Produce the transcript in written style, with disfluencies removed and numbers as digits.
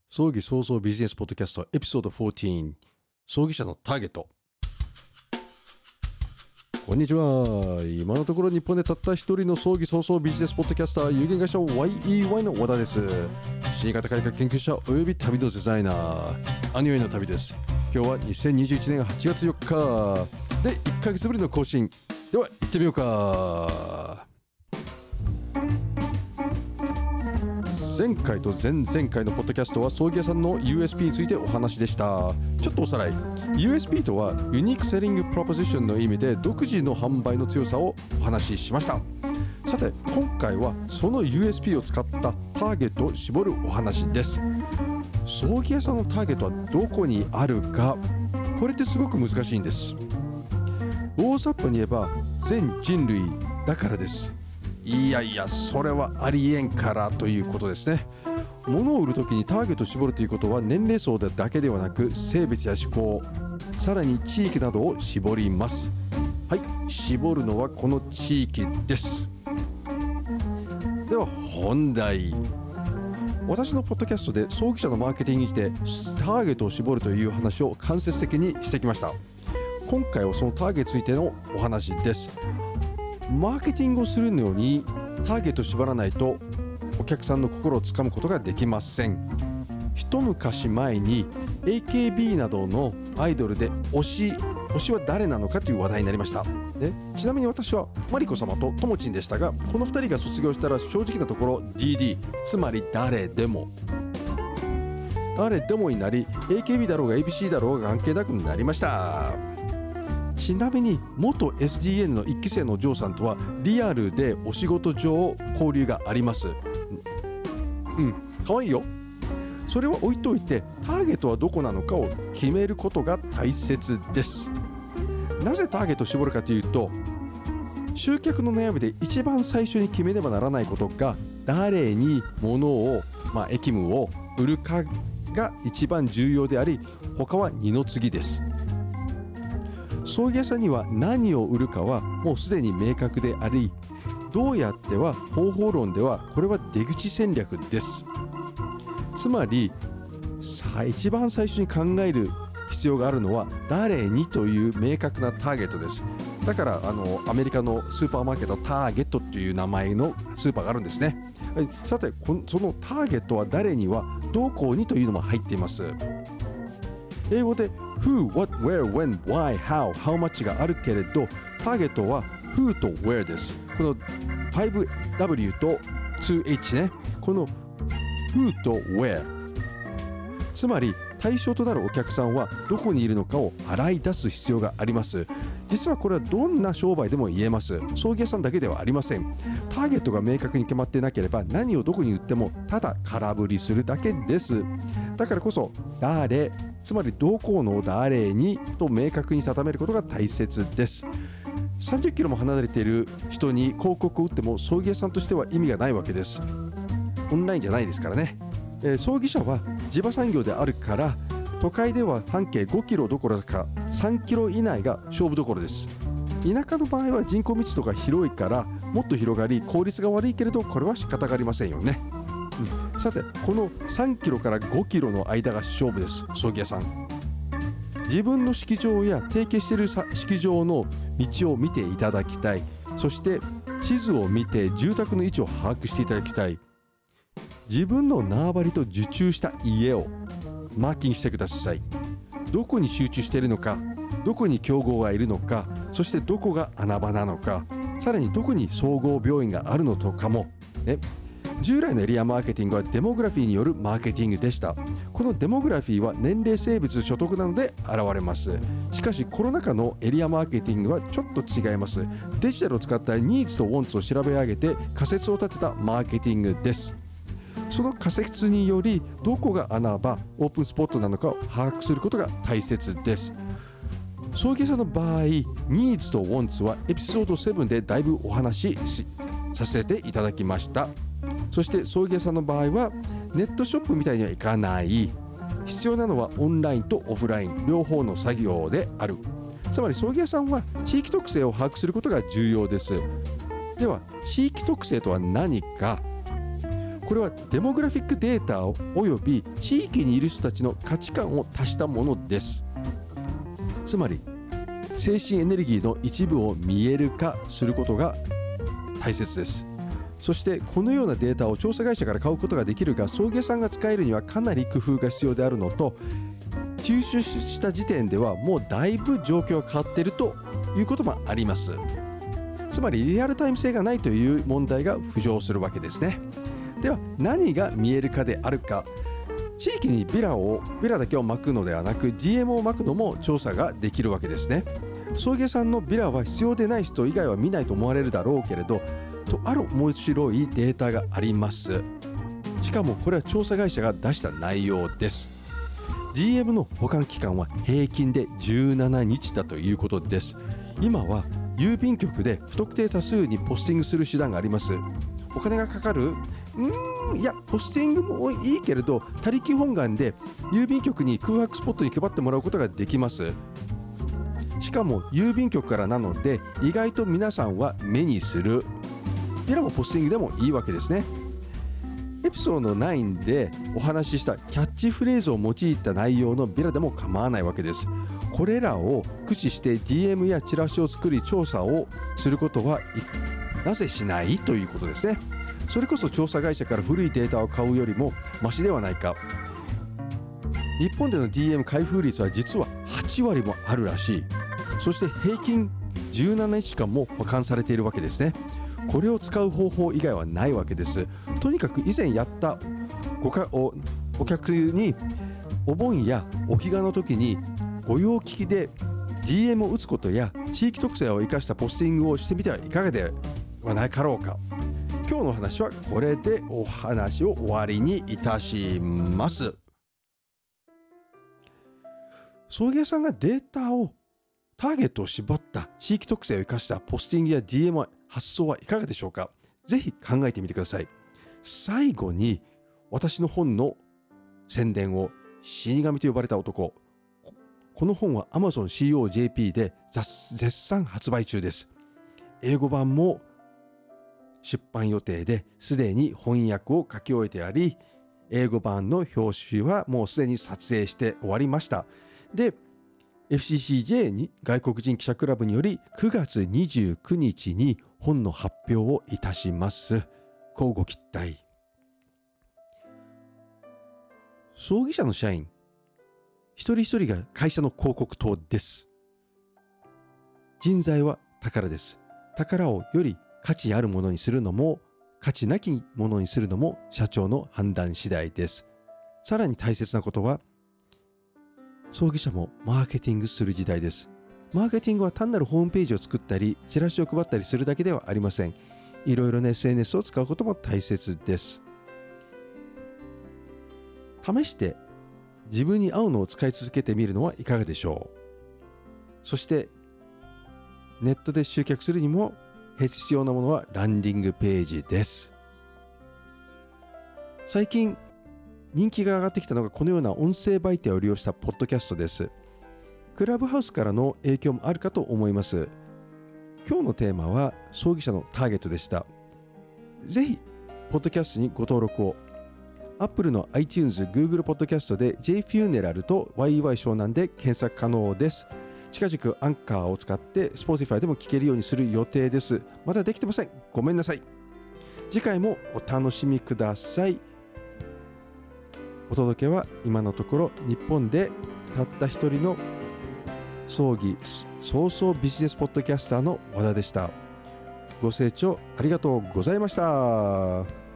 葬儀早々ビジネスポッドキャストエピソード14、葬儀社のターゲット。こんにちは。今のところ日本でたった一人の葬儀早々ビジネスポッドキャスター、有限会社 YEY の和田です。新型改革研究者および旅のデザイナー、アニメの旅です。今日は2021年8月4日で1ヶ月ぶりの更新。では行ってみようか。前回と前々回のポッドキャストは葬儀屋さんの USP についてお話でした。ちょっとおさらい。 USP とはユニークセリングプロポジションの意味で、独自の販売の強さをお話ししました。さて今回はその USP を使ったターゲットを絞るお話です。葬儀屋さんのターゲットはどこにあるか、これってすごく難しいんです。大雑把に言えば全人類だからです。いやいや、それはありえんからということですね。物を売るときにターゲットを絞るということは、年齢層だけではなく性別や思考、さらに地域などを絞ります。はい、絞るのはこの地域です。では本題。私のポッドキャストで葬儀社のマーケティングに来てターゲットを絞るという話を間接的にしてきました。今回はそのターゲットについてのお話です。マーケティングをするのにターゲットを絞らないとお客さんの心をつかむことができません。一昔前に AKB などのアイドルで推しは誰なのかという話題になりました。ちなみに私はマリコ様とともちんでしたが、この2人が卒業したら正直なところ DD、 つまり誰でもになり、 AKB だろうが ABC だろうが関係なくなりました。ちなみに元 SDN の1期生のジョーさんとはリアルでお仕事上交流があります。かわいいよ。それは置いといて、ターゲットはどこなのかを決めることが大切です。なぜターゲットを絞るかというと、集客の悩みで一番最初に決めねばならないことが、誰に物を、役務を売るかが一番重要であり、他は二の次です。葬儀屋さんには何を売るかはもうすでに明確であり、どうやっては方法論ではこれは出口戦略です。つまり一番最初に考える必要があるのは誰にという明確なターゲットです。だからアメリカのスーパーマーケット、ターゲットという名前のスーパーがあるんですね。さてそのターゲットは誰にはどこにというのも入っています。英語で Who, What, Where, When, Why, How, How much があるけれど、ターゲットは Who と Where です。この 5W と 2H ね。この Who と Where、 つまり対象となるお客さんはどこにいるのかを洗い出す必要があります。実はこれはどんな商売でも言えます。葬儀屋さんだけではありません。ターゲットが明確に決まっていなければ何をどこに売ってもただ空振りするだけです。だからこそ誰、つまりどこの誰にと明確に定めることが大切です。30キロも離れている人に広告を打っても葬儀屋さんとしては意味がないわけです。オンラインじゃないですからね。葬儀社は地場産業であるから、都会では半径5キロどころか3キロ以内が勝負どころです。田舎の場合は人口密度が広いからもっと広がり効率が悪いけれど、これは仕方がありませんよね。さてこの3キロから5キロの間が勝負です。葬儀屋さん、自分の式場や提携している式場の道を見ていただきたい。そして地図を見て住宅の位置を把握していただきたい。自分の縄張りと受注した家をマーキングしてください。どこに集中しているのか、どこに競合がいるのか、そしてどこが穴場なのか、さらにどこに総合病院があるのとかもね。従来のエリアマーケティングはデモグラフィーによるマーケティングでした。このデモグラフィーは年齢、性別、所得なので現れます。しかしコロナ禍のエリアマーケティングはちょっと違います。デジタルを使ったニーズとウォンツを調べ上げて仮説を立てたマーケティングです。その仮説によりどこが穴場、オープンスポットなのかを把握することが大切です。葬儀屋さんの場合、ニーズとウォンツはエピソード7でだいぶお話しさせていただきました。そして葬儀屋さんの場合はネットショップみたいにはいかない。必要なのはオンラインとオフライン両方の作業である。つまり葬儀屋さんは地域特性を把握することが重要です。では地域特性とは何か。 これはデモグラフィックデータおよび地域にいる人たちの価値観を足したものです。つまり精神エネルギーの一部を見える化することが大切です。そしてこのようなデータを調査会社から買うことができるが、送迎さんが使えるにはかなり工夫が必要であるのと、吸収した時点ではもうだいぶ状況が変わっているということもあります。つまりリアルタイム性がないという問題が浮上するわけですね。では何が見える化であるか。地域にビラだけを巻くのではなく DM を巻くのも調査ができるわけですね。送迎さんのビラは必要でない人以外は見ないと思われるだろうけれど、とある面白いデータがあります。しかもこれは調査会社が出した内容です。 DM の保管期間は平均で17日だということです。今は郵便局で不特定多数にポスティングする手段があります。お金がかかる？いや、ポスティングもいいけれど、他力本願で郵便局に空白スポットに配ってもらうことができます。しかも郵便局からなので意外と皆さんは目にする。ビラもポスティングでもいいわけですね。エピソード9でお話ししたキャッチフレーズを用いた内容のビラでも構わないわけです。これらを駆使して DM やチラシを作り調査をすることはなぜしないということですね。それこそ調査会社から古いデータを買うよりもマシではないか。日本での DM 開封率は実は8割もあるらしい。そして平均17日間も保管されているわけですね。これを使う方法以外はないわけです。とにかく以前やったお客にお盆やお彼岸の時に御用聞きで DM を打つことや地域特性を生かしたポスティングをしてみてはいかがではないかろうか。今日の話はこれでお話を終わりにいたします。送迎さんがデータをターゲットを絞った地域特性を生かしたポスティングや DM 発想はいかがでしょうか。ぜひ考えてみてください。最後に私の本の宣伝を、死神と呼ばれた男。この本は Amazon COJP で絶賛発売中です。英語版も出版予定で、すでに翻訳を書き終えてあり、英語版の表紙はもうすでに撮影して終わりました。で、FCCJ に外国人記者クラブにより9月29日に本の発表をいたします。乞うご期待。葬儀社の社員一人一人が会社の広告塔です。人材は宝です。宝をより価値あるものにするのも価値なきものにするのも社長の判断次第です。さらに大切なことは、葬儀社もマーケティングする時代です。マーケティングは単なるホームページを作ったりチラシを配ったりするだけではありません。いろいろな SNS を使うことも大切です。試して自分に合うのを使い続けてみるのはいかがでしょう。そしてネットで集客するにも必要なものはランディングページです。最近人気が上がってきたのがこのような音声媒体を利用したポッドキャストです。クラブハウスからの影響もあるかと思います。今日のテーマは葬儀社のターゲットでした。ぜひポッドキャストにご登録を。Apple の iTunes、Google ポッドキャストで JFuneral と YY 湘南で検索可能です。近々アンカーを使って Spotify でも聞けるようにする予定です。まだできてません。ごめんなさい。次回もお楽しみください。お届けは今のところ日本でたった一人の葬儀早々ビジネスポッドキャスターの和田でした。ご清聴ありがとうございました。